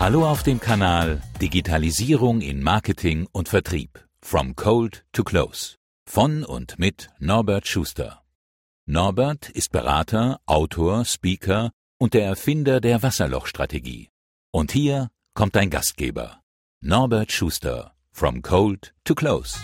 Hallo auf dem Kanal Digitalisierung in Marketing und Vertrieb. From Cold to Close. Von und mit Norbert Schuster. Norbert ist Berater, Autor, Speaker und der Erfinder der Wasserlochstrategie. Und hier kommt dein Gastgeber, Norbert Schuster. From Cold to Close.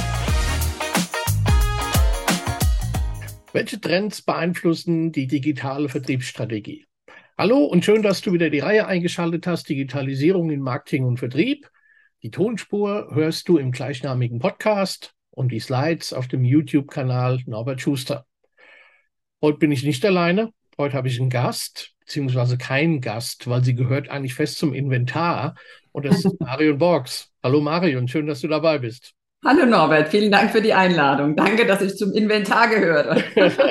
Welche Trends beeinflussen die digitale Vertriebsstrategie? Hallo und schön, dass du wieder die Reihe eingeschaltet hast, Digitalisierung in Marketing und Vertrieb. Die Tonspur hörst du im gleichnamigen Podcast und die Slides auf dem YouTube-Kanal Norbert Schuster. Heute bin ich nicht alleine, heute habe ich einen Gast, beziehungsweise keinen Gast, weil sie gehört eigentlich fest zum Inventar und das ist Marion Borgs. Hallo Marion, schön, dass du dabei bist. Hallo Norbert, vielen Dank für die Einladung. Danke, dass ich zum Inventar gehöre.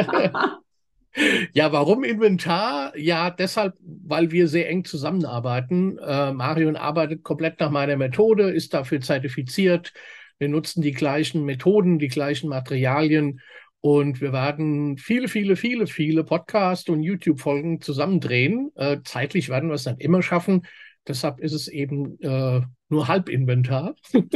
Ja, warum Inventar? Ja, deshalb, weil wir sehr eng zusammenarbeiten. Marion arbeitet komplett nach meiner Methode, ist dafür zertifiziert. Wir nutzen die gleichen Methoden, die gleichen Materialien und wir werden viele Podcast- und YouTube-Folgen zusammendrehen. Zeitlich werden wir es nicht immer schaffen. Deshalb ist es eben nur Halbinventar.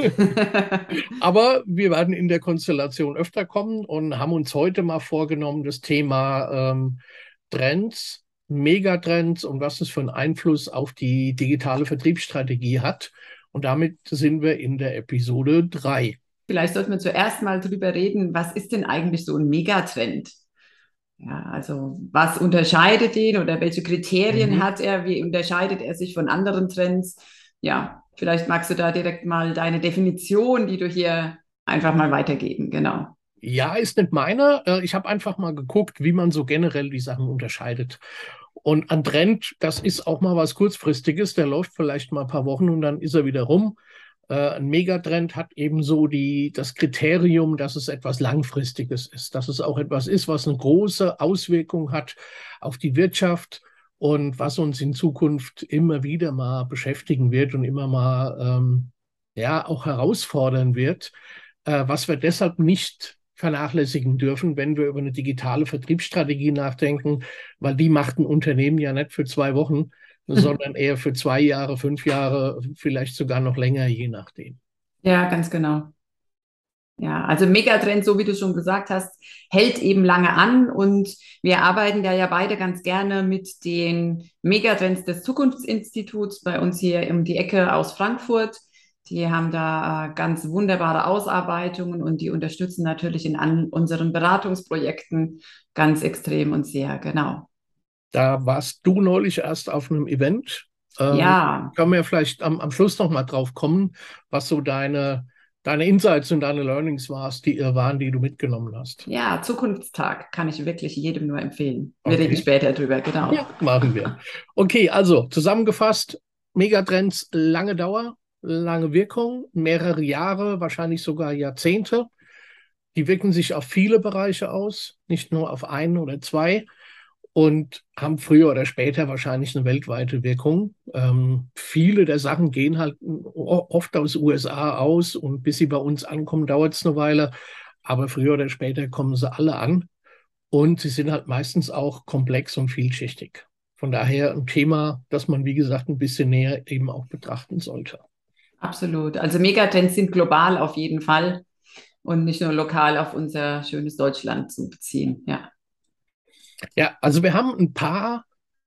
Aber wir werden in der Konstellation öfter kommen und haben uns heute mal vorgenommen, das Thema Trends, Megatrends und was es für einen Einfluss auf die digitale Vertriebsstrategie hat. Und damit sind wir in der Episode 3. Vielleicht sollten wir zuerst mal drüber reden, was ist denn eigentlich so ein Megatrend? Ja, also was unterscheidet ihn oder welche Kriterien hat er? Wie unterscheidet er sich von anderen Trends? Ja, vielleicht magst du da direkt mal deine Definition, die du hier einfach mal weitergeben. Genau. Ja, ist nicht meine. Ich habe einfach mal geguckt, wie man so generell die Sachen unterscheidet. Und ein Trend, das ist auch mal was Kurzfristiges, der läuft vielleicht mal ein paar Wochen und dann ist er wieder rum. Ein Megatrend hat eben so das Kriterium, dass es etwas Langfristiges ist, dass es auch etwas ist, was eine große Auswirkung hat auf die Wirtschaft und was uns in Zukunft immer wieder mal beschäftigen wird und immer mal auch herausfordern wird, was wir deshalb nicht vernachlässigen dürfen, wenn wir über eine digitale Vertriebsstrategie nachdenken, weil die macht ein Unternehmen ja nicht für 2 Wochen, sondern eher für 2 Jahre, 5 Jahre, vielleicht sogar noch länger, je nachdem. Ja, ganz genau. Ja, also Megatrend, so wie du schon gesagt hast, hält eben lange an und wir arbeiten da ja beide ganz gerne mit den Megatrends des Zukunftsinstituts bei uns hier um die Ecke aus Frankfurt. Die haben da ganz wunderbare Ausarbeitungen und die unterstützen natürlich in unseren Beratungsprojekten ganz extrem und sehr, genau. Da warst du neulich erst auf einem Event. Ja. Können wir vielleicht am Schluss noch mal drauf kommen, was so deine Insights und deine Learnings waren, die du mitgenommen hast. Ja, Zukunftstag kann ich wirklich jedem nur empfehlen. Wir Okay. reden später drüber, genau. Ja, machen wir. Okay, also zusammengefasst, Megatrends, lange Dauer, lange Wirkung, mehrere Jahre, wahrscheinlich sogar Jahrzehnte. Die wirken sich auf viele Bereiche aus, nicht nur auf einen oder zwei und haben früher oder später wahrscheinlich eine weltweite Wirkung. Viele der Sachen gehen halt oft aus USA aus und bis sie bei uns ankommen, dauert es eine Weile, aber früher oder später kommen sie alle an und sie sind halt meistens auch komplex und vielschichtig. Von daher ein Thema, das man, wie gesagt, ein bisschen näher eben auch betrachten sollte. Absolut. Also Megatrends sind global auf jeden Fall und nicht nur lokal auf unser schönes Deutschland zu beziehen. Ja. Ja, also wir haben ein paar,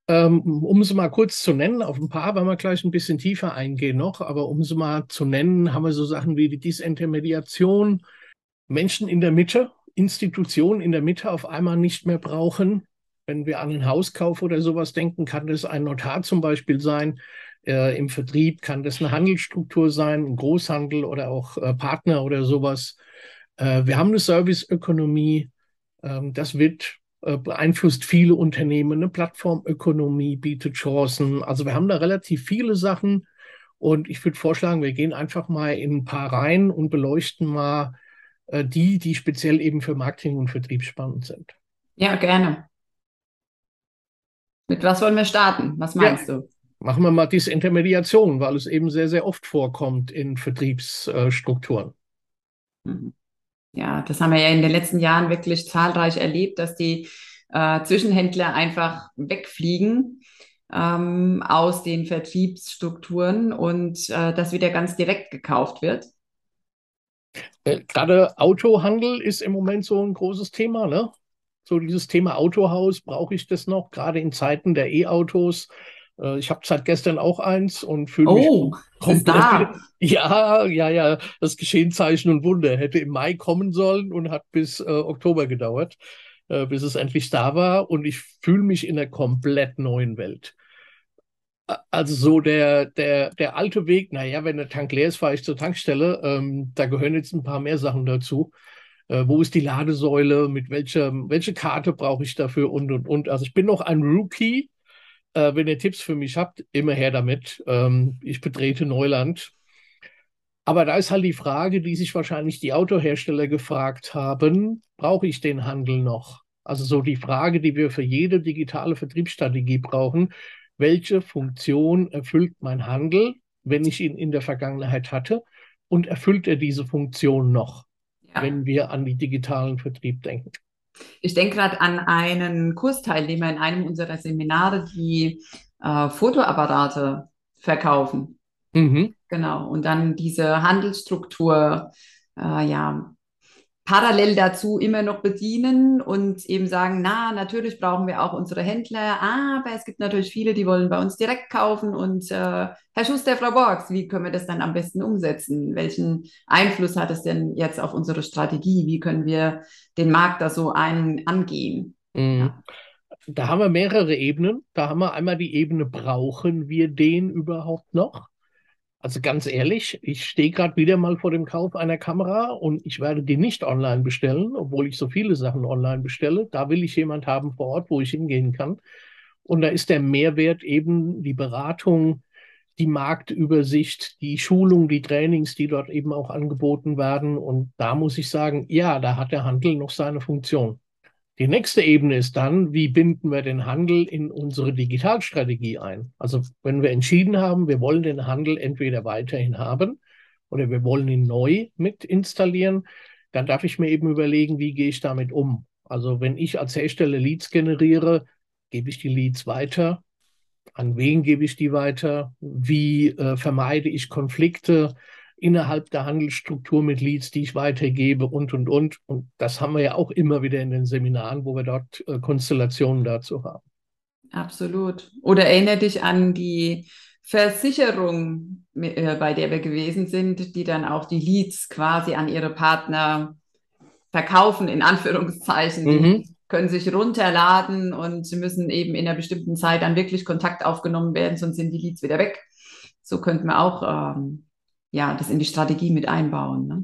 um sie mal kurz zu nennen, auf ein paar werden wir gleich ein bisschen tiefer eingehen noch, aber um sie mal zu nennen, haben wir so Sachen wie die Disintermediation, Menschen in der Mitte, Institutionen in der Mitte auf einmal nicht mehr brauchen. Wenn wir an einen Hauskauf oder sowas denken, kann das ein Notar zum Beispiel sein. Im Vertrieb kann das eine Handelsstruktur sein, ein Großhandel oder auch Partner oder sowas. Wir haben eine Serviceökonomie. Das beeinflusst viele Unternehmen. Eine Plattformökonomie bietet Chancen. Also wir haben da relativ viele Sachen. Und ich würde vorschlagen, wir gehen einfach mal in ein paar rein und beleuchten mal die speziell eben für Marketing und Vertrieb spannend sind. Ja, gerne. Mit was wollen wir starten? Was meinst du? Machen wir mal Disintermediation, weil es eben sehr, sehr oft vorkommt in Vertriebsstrukturen. Ja, das haben wir ja in den letzten Jahren wirklich zahlreich erlebt, dass die Zwischenhändler einfach wegfliegen. aus den Vertriebsstrukturen und das wieder ganz direkt gekauft wird. Gerade Autohandel ist im Moment so ein großes Thema, ne? So dieses Thema Autohaus, brauche ich das noch, gerade in Zeiten der E-Autos. Ich habe seit gestern auch eins und fühle mich Oh, es ist komplett wieder. da. Ja, ja, ja, das Geschehen Zeichen und Wunder. Hätte im Mai kommen sollen und hat bis Oktober gedauert, bis es endlich da war. Und ich fühle mich in einer komplett neuen Welt. Also so der alte Weg, naja, wenn der Tank leer ist, fahre ich zur Tankstelle. Da gehören jetzt ein paar mehr Sachen dazu. Wo ist die Ladesäule? Welche Karte brauche ich dafür? Und. Also ich bin noch ein Rookie. Wenn ihr Tipps für mich habt, immer her damit. Ich betrete Neuland. Aber da ist halt die Frage, die sich wahrscheinlich die Autohersteller gefragt haben, brauche ich den Handel noch? Also so die Frage, die wir für jede digitale Vertriebsstrategie brauchen, welche Funktion erfüllt mein Handel, wenn ich ihn in der Vergangenheit hatte, und erfüllt er diese Funktion noch, Ja. wenn wir an die digitalen Vertrieb denken? Ich denke gerade an einen Kursteilnehmer in einem unserer Seminare, die Fotoapparate verkaufen. Mhm. Genau. Und dann diese Handelsstruktur, ja, parallel dazu immer noch bedienen und eben sagen, na, natürlich brauchen wir auch unsere Händler, aber es gibt natürlich viele, die wollen bei uns direkt kaufen und Herr Schuster, Frau Borgs, wie können wir das dann am besten umsetzen? Welchen Einfluss hat es denn jetzt auf unsere Strategie? Wie können wir den Markt da so angehen? Mhm. Ja. Da haben wir mehrere Ebenen. Da haben wir einmal die Ebene, brauchen wir den überhaupt noch? Also ganz ehrlich, ich stehe gerade wieder mal vor dem Kauf einer Kamera und ich werde die nicht online bestellen, obwohl ich so viele Sachen online bestelle. Da will ich jemand haben vor Ort, wo ich hingehen kann. Und da ist der Mehrwert eben die Beratung, die Marktübersicht, die Schulung, die Trainings, die dort eben auch angeboten werden. Und da muss ich sagen, ja, da hat der Handel noch seine Funktion. Die nächste Ebene ist dann, wie binden wir den Handel in unsere Digitalstrategie ein? Also wenn wir entschieden haben, wir wollen den Handel entweder weiterhin haben oder wir wollen ihn neu mit installieren, dann darf ich mir eben überlegen, wie gehe ich damit um? Also wenn ich als Hersteller Leads generiere, gebe ich die Leads weiter? An wen gebe ich die weiter? Wie vermeide ich Konflikte innerhalb der Handelsstruktur mit Leads, die ich weitergebe und. Und das haben wir ja auch immer wieder in den Seminaren, wo wir dort Konstellationen dazu haben. Absolut. Oder erinnere dich an die Versicherung, bei der wir gewesen sind, die dann auch die Leads quasi an ihre Partner verkaufen, in Anführungszeichen. Mhm. Die können sich runterladen und sie müssen eben in einer bestimmten Zeit dann wirklich Kontakt aufgenommen werden, sonst sind die Leads wieder weg. So könnten wir auch ja, das in die Strategie mit einbauen. Ne?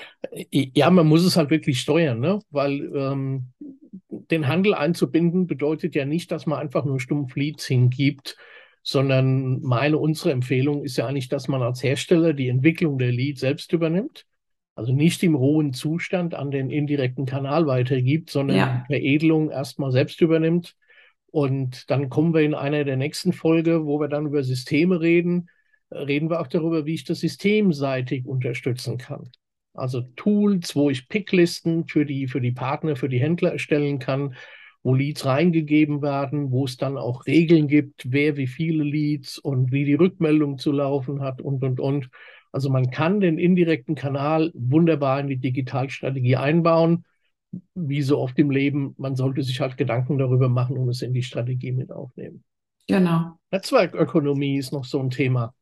Ja, man muss es halt wirklich steuern, ne? Weil den Handel einzubinden bedeutet ja nicht, dass man einfach nur stumpf Leads hingibt, sondern unsere Empfehlung ist ja eigentlich, dass man als Hersteller die Entwicklung der Leads selbst übernimmt. Also nicht im rohen Zustand an den indirekten Kanal weitergibt, sondern die Ja, Veredelung erstmal selbst übernimmt. Und dann kommen wir in einer der nächsten Folge, wo wir dann über Systeme reden, reden wir auch darüber, wie ich das systemseitig unterstützen kann. Also Tools, wo ich Picklisten für die Partner, für die Händler erstellen kann, wo Leads reingegeben werden, wo es dann auch Regeln gibt, wer wie viele Leads und wie die Rückmeldung zu laufen hat und. Also man kann den indirekten Kanal wunderbar in die Digitalstrategie einbauen. Wie so oft im Leben, man sollte sich halt Gedanken darüber machen und es in die Strategie mit aufnehmen. genau. Netzwerkökonomie ist noch so ein Thema.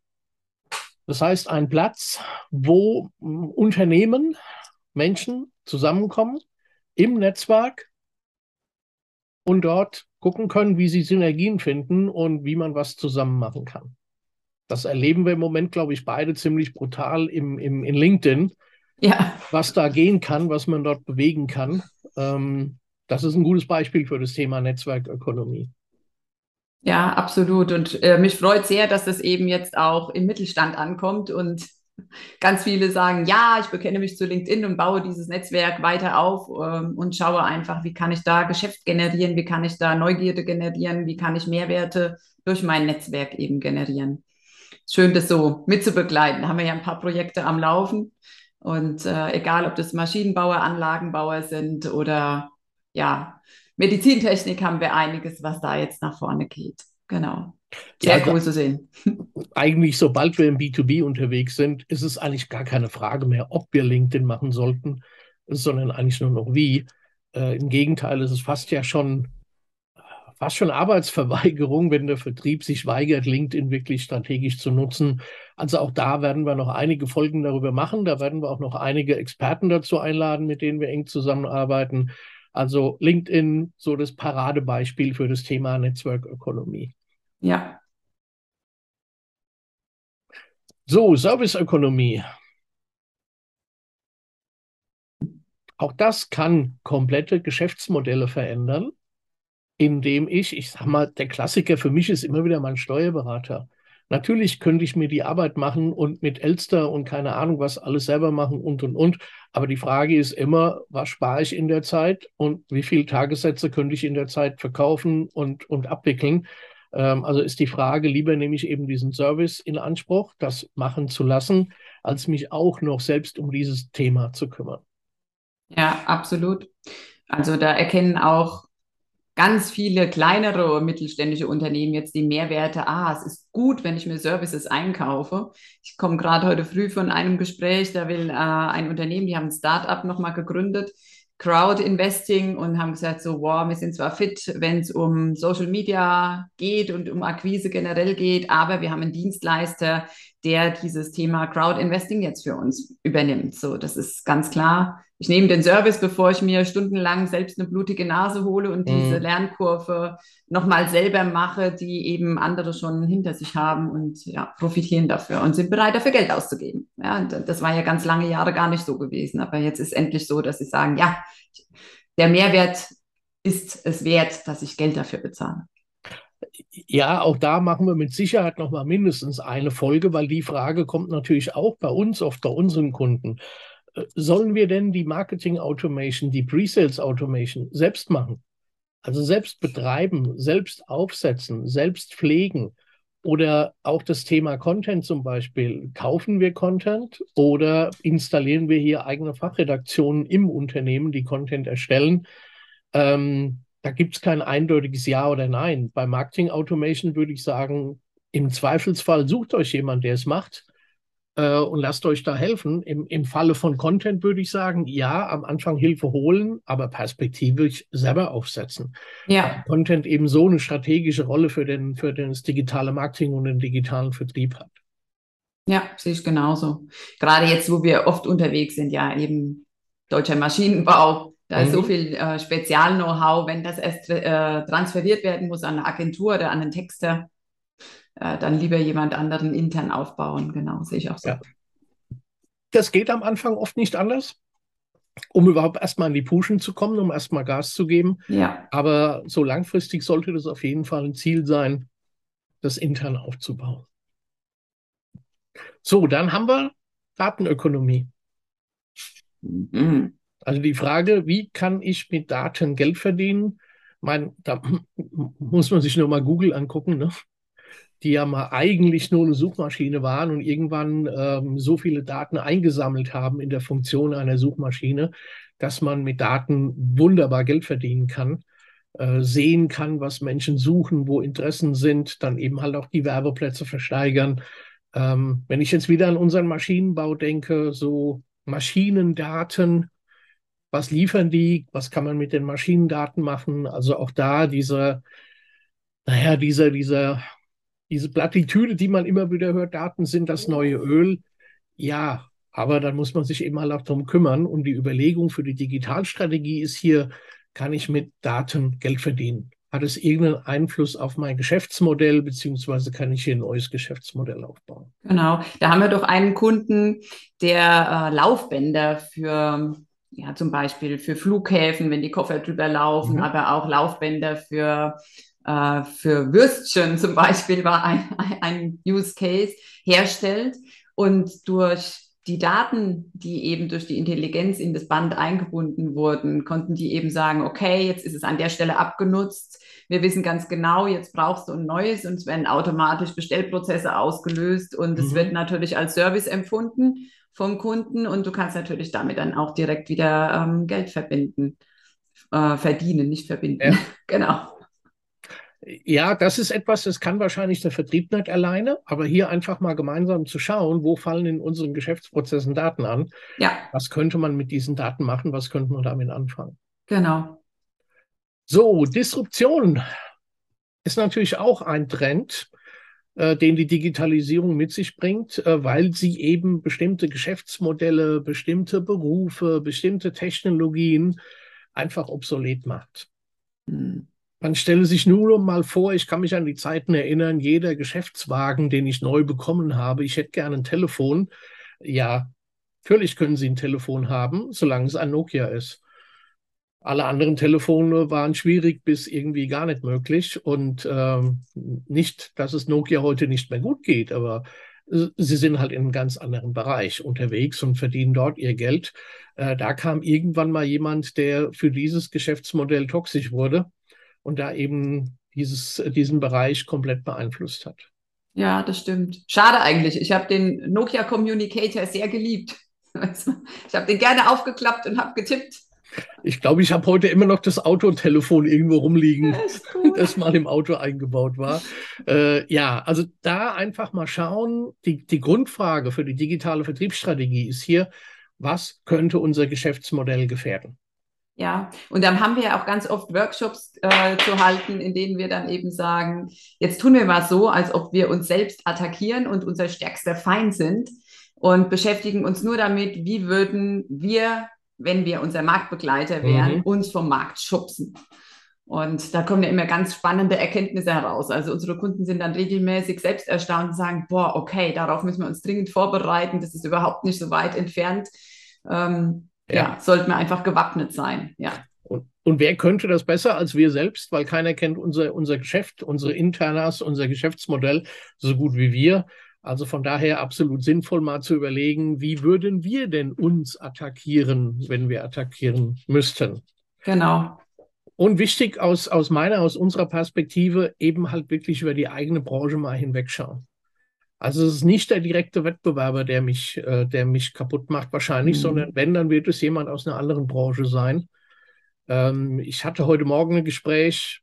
Das heißt, ein Platz, wo Unternehmen, Menschen zusammenkommen im Netzwerk und dort gucken können, wie sie Synergien finden und wie man was zusammen machen kann. Das erleben wir im Moment, glaube ich, beide ziemlich brutal in LinkedIn, Ja. was da gehen kann, was man dort bewegen kann. Das ist ein gutes Beispiel für das Thema Netzwerkökonomie. Ja, absolut. Und mich freut sehr, dass das eben jetzt auch im Mittelstand ankommt und ganz viele sagen, ja, ich bekenne mich zu LinkedIn und baue dieses Netzwerk weiter auf und schaue einfach, wie kann ich da Geschäft generieren, wie kann ich da Neugierde generieren, wie kann ich Mehrwerte durch mein Netzwerk eben generieren. Schön, das so mitzubegleiten. Da haben wir ja ein paar Projekte am Laufen und egal, ob das Maschinenbauer, Anlagenbauer sind oder ja, Medizintechnik, haben wir einiges, was da jetzt nach vorne geht. Genau. Ja, Sehr also cool zu sehen. eigentlich, sobald wir im B2B unterwegs sind, ist es eigentlich gar keine Frage mehr, ob wir LinkedIn machen sollten, sondern eigentlich nur noch wie. Im Gegenteil, es ist fast schon Arbeitsverweigerung, wenn der Vertrieb sich weigert, LinkedIn wirklich strategisch zu nutzen. Also auch da werden wir noch einige Folgen darüber machen. Da werden wir auch noch einige Experten dazu einladen, mit denen wir eng zusammenarbeiten. Also LinkedIn, so das Paradebeispiel für das Thema Netzwerkökonomie. Ja, So, Serviceökonomie. Auch das kann komplette Geschäftsmodelle verändern, indem ich sag mal, der Klassiker für mich ist immer wieder mein Steuerberater. Natürlich könnte ich mir die Arbeit machen und mit Elster und keine Ahnung was alles selber machen und. Aber die Frage ist immer, was spare ich in der Zeit und wie viele Tagessätze könnte ich in der Zeit verkaufen und abwickeln. Also ist die Frage, lieber nehme ich eben diesen Service in Anspruch, das machen zu lassen, als mich auch noch selbst um dieses Thema zu kümmern. ja, absolut. Also da erkennen auch ganz viele kleinere mittelständische Unternehmen jetzt die Mehrwerte. Ah, es ist gut, wenn ich mir Services einkaufe. Ich komme gerade heute früh von einem Gespräch, da will ein Unternehmen, die haben ein Startup nochmal gegründet, Crowd Investing und haben gesagt so, wow, wir sind zwar fit, wenn es um Social Media geht und um Akquise generell geht, aber wir haben einen Dienstleister, der dieses Thema Crowd Investing jetzt für uns übernimmt. So, das ist ganz klar. Ich nehme den Service, bevor ich mir stundenlang selbst eine blutige Nase hole und diese Mhm. Lernkurve nochmal selber mache, die eben andere schon hinter sich haben und ja, profitieren dafür und sind bereit, dafür Geld auszugeben. Ja, und das war ja ganz lange Jahre gar nicht so gewesen. Aber jetzt ist endlich so, dass sie sagen, ja, der Mehrwert ist es wert, dass ich Geld dafür bezahle. Ja, auch da machen wir mit Sicherheit noch mal mindestens eine Folge, weil die Frage kommt natürlich auch bei uns, oft bei unseren Kunden. Sollen wir denn die Marketing Automation, die Pre-Sales Automation selbst machen? Also selbst betreiben, selbst aufsetzen, selbst pflegen oder auch das Thema Content zum Beispiel. Kaufen wir Content oder installieren wir hier eigene Fachredaktionen im Unternehmen, die Content erstellen? Da gibt es kein eindeutiges Ja oder Nein. Bei Marketing Automation würde ich sagen, im Zweifelsfall sucht euch jemand, der es macht und lasst euch da helfen. Im Falle von Content würde ich sagen, ja, am Anfang Hilfe holen, aber perspektivisch selber aufsetzen. Weil Ja, Content eben so eine strategische Rolle für das digitale Marketing und den digitalen Vertrieb hat. ja, sehe ich genauso. Gerade jetzt, wo wir oft unterwegs sind, ja, eben deutscher Maschinenbau, da ist so Mhm. viel Spezial-Know-how, wenn das erst transferiert werden muss an eine Agentur oder an einen Texter, dann lieber jemand anderen intern aufbauen. Genau, sehe ich auch so. Ja, das geht am Anfang oft nicht anders, um überhaupt erstmal in die Puschen zu kommen, um erstmal Gas zu geben. Ja. Aber so langfristig sollte das auf jeden Fall ein Ziel sein, das intern aufzubauen. So, dann haben wir Datenökonomie. Mhm. Also die Frage, wie kann ich mit Daten Geld verdienen? Da muss man sich nur mal Google angucken, ne? Die ja mal eigentlich nur eine Suchmaschine waren und irgendwann so viele Daten eingesammelt haben in der Funktion einer Suchmaschine, dass man mit Daten wunderbar Geld verdienen kann, sehen kann, was Menschen suchen, wo Interessen sind, dann eben halt auch die Werbeplätze versteigern. Wenn ich jetzt wieder an unseren Maschinenbau denke, so Maschinendaten, was liefern die, was kann man mit den Maschinendaten machen? Also auch da naja, diese Plattitüde, die man immer wieder hört, Daten sind das neue Öl. Ja, aber dann muss man sich eben halt auch darum kümmern. Und die Überlegung für die Digitalstrategie ist hier, kann ich mit Daten Geld verdienen? Hat es irgendeinen Einfluss auf mein Geschäftsmodell, beziehungsweise kann ich hier ein neues Geschäftsmodell aufbauen? Genau. Da haben wir doch einen Kunden, der Laufbänder für, ja, zum Beispiel für Flughäfen, wenn die Koffer drüber laufen, Mhm. aber auch Laufbänder für Würstchen zum Beispiel war ein Use Case herstellt und durch die Daten, die eben durch die Intelligenz in das Band eingebunden wurden, konnten die eben sagen, okay, jetzt ist es an der Stelle abgenutzt. Wir wissen ganz genau, jetzt brauchst du ein neues und es werden automatisch Bestellprozesse ausgelöst und es wird Mhm. natürlich als Service empfunden vom Kunden und du kannst natürlich damit dann auch direkt wieder Geld verdienen, nicht verbinden. Ja. Genau. Ja, das ist etwas, das kann wahrscheinlich der Vertrieb nicht alleine, aber hier einfach mal gemeinsam zu schauen, wo fallen in unseren Geschäftsprozessen Daten an? Ja, Was könnte man mit diesen Daten machen? Was könnte man damit anfangen? genau. So, Disruption ist natürlich auch ein Trend, den die Digitalisierung mit sich bringt, weil sie eben bestimmte Geschäftsmodelle, bestimmte Berufe, bestimmte Technologien einfach obsolet macht. Hm. Man stelle sich nur mal vor, ich kann mich an die Zeiten erinnern, jeder Geschäftswagen, den ich neu bekommen habe, ich hätte gerne ein Telefon. Ja, natürlich können Sie ein Telefon haben, solange es ein Nokia ist. Alle anderen Telefone waren schwierig bis irgendwie gar nicht möglich. Und nicht, dass es Nokia heute nicht mehr gut geht, aber sie sind halt in einem ganz anderen Bereich unterwegs und verdienen dort ihr Geld. Da kam irgendwann mal jemand, der für dieses Geschäftsmodell toxisch wurde und da eben diesen Bereich komplett beeinflusst hat. Ja, das stimmt. Schade eigentlich. Ich habe den Nokia Communicator sehr geliebt. Weißt du? Ich habe den gerne aufgeklappt und habe getippt. Ich glaube, ich habe heute immer noch das Autotelefon irgendwo rumliegen, Echt cool. das mal im Auto eingebaut war. Ja, also da einfach mal schauen. Die Grundfrage für die digitale Vertriebsstrategie ist hier, was könnte unser Geschäftsmodell gefährden? Ja, und dann haben wir ja auch ganz oft Workshops zu halten, in denen wir dann eben sagen, jetzt tun wir mal so, als ob wir uns selbst attackieren und unser stärkster Feind sind und beschäftigen uns nur damit, wie würden wir, wenn wir unser Marktbegleiter wären, Mhm. uns vom Markt schubsen. Und da kommen ja immer ganz spannende Erkenntnisse heraus. Also unsere Kunden sind dann regelmäßig selbst erstaunt und sagen, boah, okay, darauf müssen wir uns dringend vorbereiten, das ist überhaupt nicht so weit entfernt. Ja. Ja, sollten wir einfach gewappnet sein. Ja, Und wer könnte das besser als wir selbst? Weil keiner kennt unser Geschäft, unsere Internas, unser Geschäftsmodell so gut wie wir. Also von daher absolut sinnvoll mal zu überlegen, wie würden wir denn uns attackieren, wenn wir attackieren müssten? genau. Und wichtig aus unserer Perspektive, eben halt wirklich über die eigene Branche mal hinwegschauen. Also es ist nicht der direkte Wettbewerber, der mich kaputt macht wahrscheinlich, sondern Hm. wenn, dann wird es jemand aus einer anderen Branche sein. Ich hatte heute Morgen ein Gespräch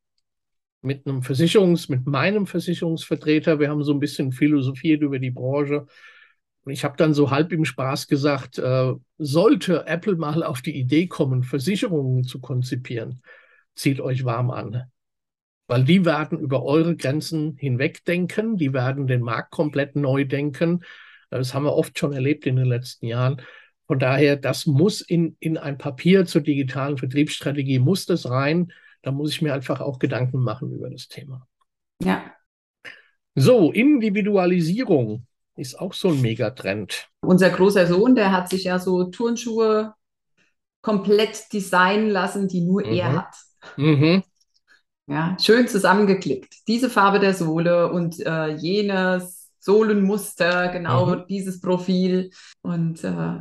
mit meinem Versicherungsvertreter. Wir haben so ein bisschen philosophiert über die Branche. Und ich habe dann so halb im Spaß gesagt, sollte Apple mal auf die Idee kommen, Versicherungen zu konzipieren, zieht euch warm an. Weil die werden über eure Grenzen hinwegdenken, die werden den Markt komplett neu denken. Das haben wir oft schon erlebt in den letzten Jahren. Von daher, das muss in ein Papier zur digitalen Vertriebsstrategie, muss das rein. Da muss ich mir einfach auch Gedanken machen über das Thema. Ja. So, Individualisierung ist auch so ein Megatrend. Unser großer Sohn, der hat sich ja so Turnschuhe komplett designen lassen, die nur er Mhm. hat. Mhm. Ja, schön zusammengeklickt. Diese Farbe der Sohle und jenes Sohlenmuster, genau Mhm. dieses Profil und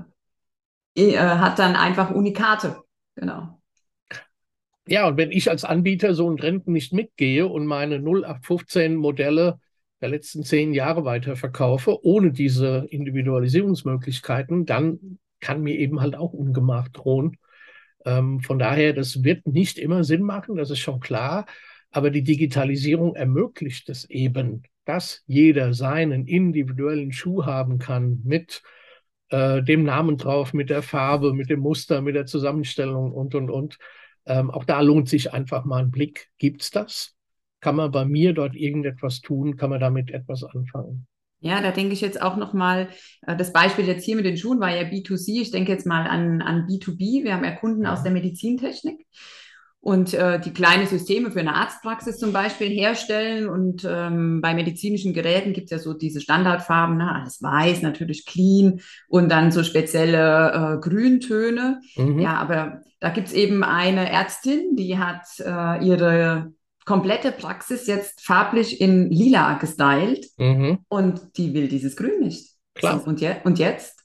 hat dann einfach Unikate. Genau. Ja, und wenn ich als Anbieter so einen Trend nicht mitgehe und meine 0815 Modelle der letzten 10 Jahre weiterverkaufe, ohne diese Individualisierungsmöglichkeiten, dann kann mir eben halt auch Ungemach drohen. Von daher, das wird nicht immer Sinn machen, das ist schon klar, aber die Digitalisierung ermöglicht es eben, dass jeder seinen individuellen Schuh haben kann mit dem Namen drauf, mit der Farbe, mit dem Muster, mit der Zusammenstellung und. Auch da lohnt sich einfach mal ein Blick. Gibt's das? Kann man bei mir dort irgendetwas tun? Kann man damit etwas anfangen? Ja, da denke ich jetzt auch nochmal, das Beispiel jetzt hier mit den Schuhen war ja B2C. Ich denke jetzt mal an B2B. Wir haben ja Kunden aus der Mhm. Medizintechnik und die kleine Systeme für eine Arztpraxis zum Beispiel herstellen. Und bei medizinischen Geräten gibt es ja so diese Standardfarben, ne? Alles weiß, natürlich clean und dann so spezielle Grüntöne. Mhm. Ja, aber da gibt es eben eine Ärztin, die hat ihre komplette Praxis jetzt farblich in lila gestylt Mhm. und die will dieses Grün nicht. So, Klar. und jetzt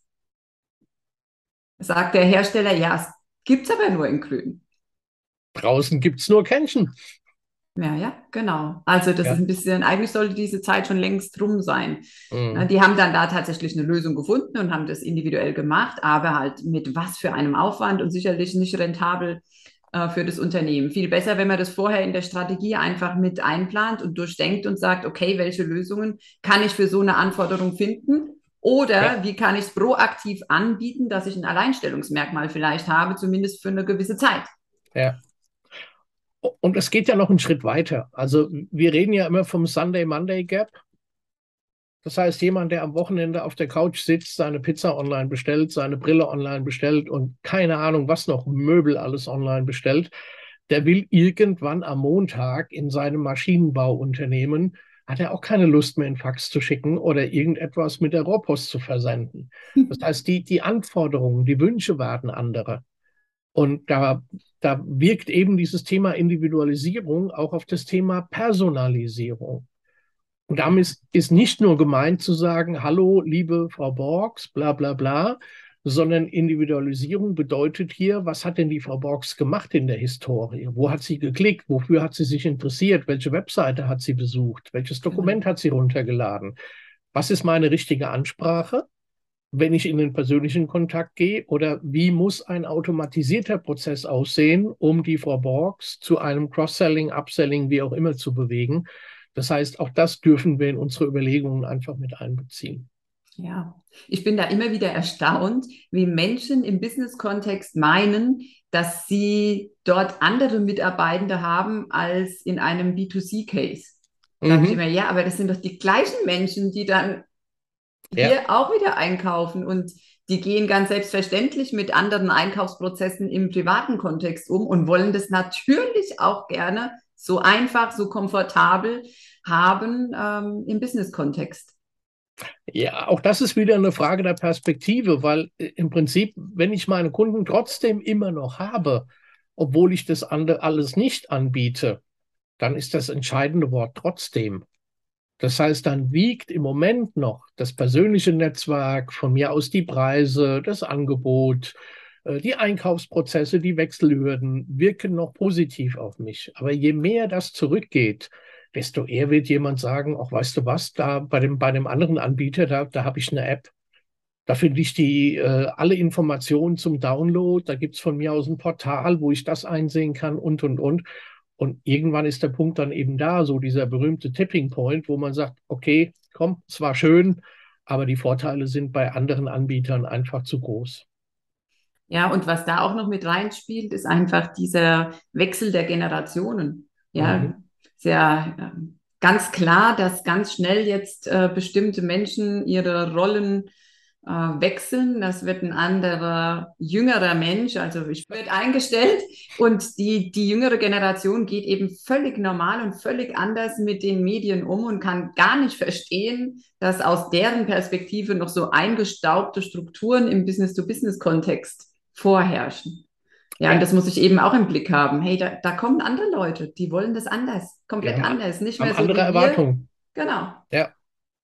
sagt der Hersteller, ja, es gibt es aber nur in Grün. Draußen gibt's nur Kännchen. Ja, ja, genau. Also das ist Ja. ein bisschen, eigentlich sollte diese Zeit schon längst rum sein. Ja, Mhm. die haben dann da tatsächlich eine Lösung gefunden und haben das individuell gemacht, aber halt mit was für einem Aufwand und sicherlich nicht rentabel. für das Unternehmen. Viel besser, wenn man das vorher in der Strategie einfach mit einplant und durchdenkt und sagt, okay, welche Lösungen kann ich für so eine Anforderung finden? Oder wie kann ich es proaktiv anbieten, dass ich ein Alleinstellungsmerkmal vielleicht habe, zumindest für eine gewisse Zeit. Ja. Und es geht ja noch einen Schritt weiter. Also wir reden ja immer vom Sunday-Monday Gap. Das heißt, jemand, der am Wochenende auf der Couch sitzt, seine Pizza online bestellt, seine Brille online bestellt und keine Ahnung, was noch, Möbel alles online bestellt, der will irgendwann am Montag in seinem Maschinenbauunternehmen, hat er auch keine Lust mehr, einen Fax zu schicken oder irgendetwas mit der Rohrpost zu versenden. Das heißt, die Anforderungen, die Wünsche werden andere. Und da wirkt eben dieses Thema Individualisierung auch auf das Thema Personalisierung. Und damit ist nicht nur gemeint zu sagen, hallo, liebe Frau Borgs, bla bla bla, sondern Individualisierung bedeutet hier, was hat denn die Frau Borgs gemacht in der Historie? Wo hat sie geklickt? Wofür hat sie sich interessiert? Welche Webseite hat sie besucht? Welches Dokument hat sie runtergeladen? Was ist meine richtige Ansprache, wenn ich in den persönlichen Kontakt gehe? Oder wie muss ein automatisierter Prozess aussehen, um die Frau Borgs zu einem Cross-Selling, Upselling, wie auch immer zu bewegen? Das heißt, auch das dürfen wir in unsere Überlegungen einfach mit einbeziehen. Ja, ich bin da immer wieder erstaunt, wie Menschen im Business-Kontext meinen, dass sie dort andere Mitarbeitende haben als in einem B2C-Case. Sage ich immer, ja, aber das sind doch die gleichen Menschen, die dann hier auch wieder einkaufen und die gehen ganz selbstverständlich mit anderen Einkaufsprozessen im privaten Kontext um und wollen das natürlich auch gerne so einfach, so komfortabel haben im Business-Kontext. Ja, auch das ist wieder eine Frage der Perspektive, weil im Prinzip, wenn ich meine Kunden trotzdem immer noch habe, obwohl ich das andere alles nicht anbiete, dann ist das entscheidende Wort trotzdem. Das heißt, dann wiegt im Moment noch das persönliche Netzwerk, von mir aus die Preise, das Angebot, die Einkaufsprozesse, die Wechselhürden wirken noch positiv auf mich. Aber je mehr das zurückgeht, desto eher wird jemand sagen, ach, weißt du was, da bei dem anderen Anbieter, da habe ich eine App. Da finde ich alle Informationen zum Download. Da gibt es von mir aus ein Portal, wo ich das einsehen kann und. Und irgendwann ist der Punkt dann eben da, so dieser berühmte Tipping Point, wo man sagt, okay, komm, es war schön, aber die Vorteile sind bei anderen Anbietern einfach zu groß. Ja, und was da auch noch mit reinspielt, ist einfach dieser Wechsel der Generationen. Ja, sehr ganz klar, dass ganz schnell jetzt bestimmte Menschen ihre Rollen wechseln. Das wird ein anderer, jüngerer Mensch, also ich wird eingestellt und die jüngere Generation geht eben völlig normal und völlig anders mit den Medien um und kann gar nicht verstehen, dass aus deren Perspektive noch so eingestaubte Strukturen im Business-to-Business-Kontext vorherrschen. Ja, und das muss ich eben auch im Blick haben. Hey, da kommen andere Leute, die wollen das anders, komplett anders, nicht mehr so andere wie Erwartungen. Genau. Ja.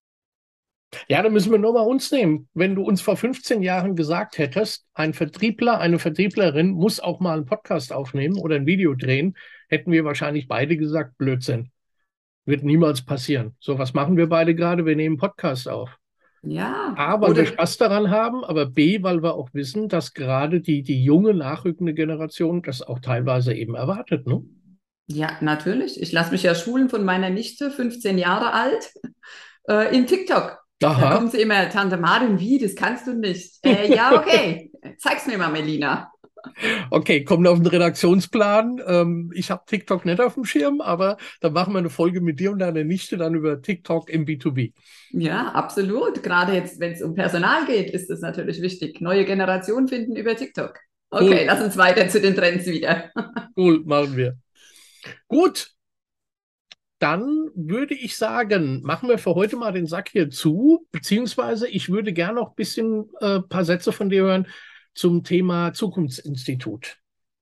Ja, da müssen wir nur mal uns nehmen. Wenn du uns vor 15 Jahren gesagt hättest, ein Vertriebler, eine Vertrieblerin muss auch mal einen Podcast aufnehmen oder ein Video drehen, hätten wir wahrscheinlich beide gesagt, Blödsinn. Wird niemals passieren. So, was machen wir beide gerade? Wir nehmen Podcast auf. Ja. A, weil wir Spaß daran haben, aber B, weil wir auch wissen, dass gerade die junge, nachrückende Generation das auch teilweise eben erwartet, ne? Ja, natürlich. Ich lasse mich ja schulen von meiner Nichte, 15 Jahre alt, in TikTok. Aha. Da kommt sie immer, Tante Marin, wie, das kannst du nicht. Ja, okay, zeig's mir mal, Melina. Okay, kommt auf den Redaktionsplan. Ich habe TikTok nicht auf dem Schirm, aber dann machen wir eine Folge mit dir und deiner Nichte dann über TikTok im B2B. Ja, absolut. Gerade jetzt, wenn es um Personal geht, ist es natürlich wichtig. Neue Generationen finden über TikTok. Okay, cool. Lass uns weiter zu den Trends wieder. Cool, machen wir. Gut, dann würde ich sagen, machen wir für heute mal den Sack hier zu, beziehungsweise ich würde gerne noch ein bisschen paar Sätze von dir hören zum Thema Zukunftsinstitut.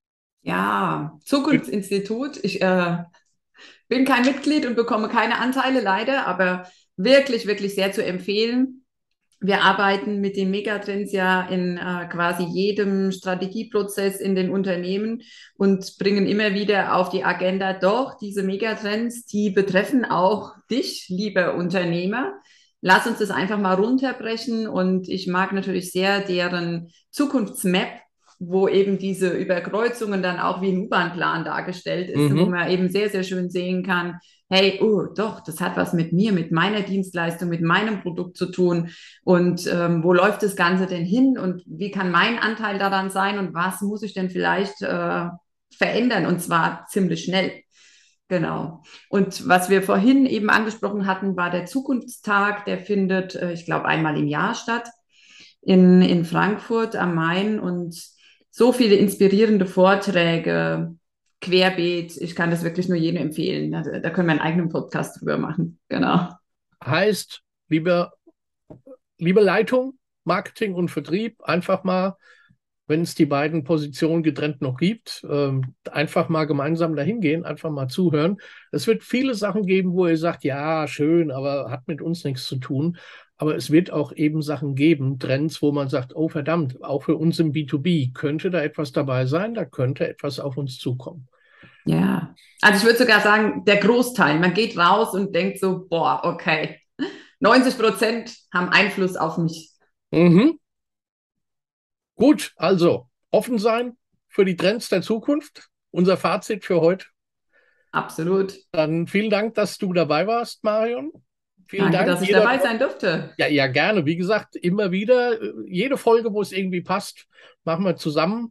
Ja, Zukunftsinstitut. Ich bin kein Mitglied und bekomme keine Anteile leider, aber wirklich, wirklich sehr zu empfehlen. Wir arbeiten mit den Megatrends ja in quasi jedem Strategieprozess in den Unternehmen und bringen immer wieder auf die Agenda, doch diese Megatrends, die betreffen auch dich, lieber Unternehmer. Lass uns das einfach mal runterbrechen und ich mag natürlich sehr deren Zukunftsmap, wo eben diese Überkreuzungen dann auch wie ein U-Bahn-Plan dargestellt ist, wo man eben sehr, sehr schön sehen kann, hey, oh, doch, das hat was mit mir, mit meiner Dienstleistung, mit meinem Produkt zu tun und wo läuft das Ganze denn hin und wie kann mein Anteil daran sein und was muss ich denn vielleicht verändern und zwar ziemlich schnell. Genau. Und was wir vorhin eben angesprochen hatten, war der Zukunftstag. Der findet, ich glaube, einmal im Jahr statt in Frankfurt am Main und so viele inspirierende Vorträge, querbeet. Ich kann das wirklich nur jedem empfehlen. Da können wir einen eigenen Podcast drüber machen. Genau. Heißt, liebe Leitung, Marketing und Vertrieb, einfach mal, wenn es die beiden Positionen getrennt noch gibt, einfach mal gemeinsam dahin gehen, einfach mal zuhören. Es wird viele Sachen geben, wo ihr sagt, ja, schön, aber hat mit uns nichts zu tun. Aber es wird auch eben Sachen geben, Trends, wo man sagt, oh verdammt, auch für uns im B2B könnte da etwas dabei sein, da könnte etwas auf uns zukommen. Ja, also ich würde sogar sagen, der Großteil, man geht raus und denkt so, boah, okay, 90% haben Einfluss auf mich. Mhm. Gut, also offen sein für die Trends der Zukunft. Unser Fazit für heute. Absolut. Dann vielen Dank, dass du dabei warst, Marion. Vielen Danke, Dank. dass ich dabei sein durfte. Ja, gerne. Wie gesagt, immer wieder, jede Folge, wo es irgendwie passt, machen wir zusammen.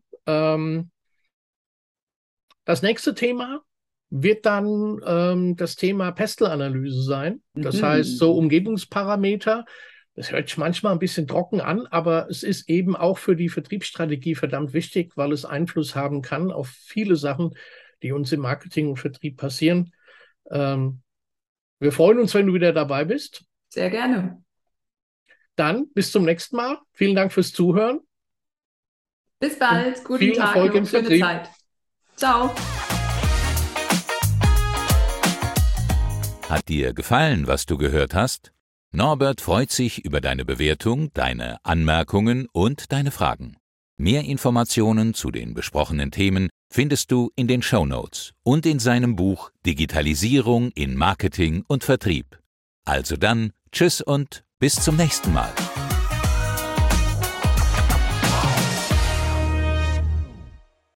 Das nächste Thema wird dann das Thema Pestelanalyse sein. Das heißt, so Umgebungsparameter. Das hört sich manchmal ein bisschen trocken an, aber es ist eben auch für die Vertriebsstrategie verdammt wichtig, weil es Einfluss haben kann auf viele Sachen, die uns im Marketing und Vertrieb passieren. Wir freuen uns, wenn du wieder dabei bist. Sehr gerne. Dann bis zum nächsten Mal. Vielen Dank fürs Zuhören. Bis bald. Guten viel Tag Erfolg noch. im Schöne Vertrieb. Zeit. Ciao. Hat dir gefallen, was du gehört hast? Norbert freut sich über deine Bewertung, deine Anmerkungen und deine Fragen. Mehr Informationen zu den besprochenen Themen findest du in den Shownotes und in seinem Buch Digitalisierung in Marketing und Vertrieb. Also dann, tschüss und bis zum nächsten Mal.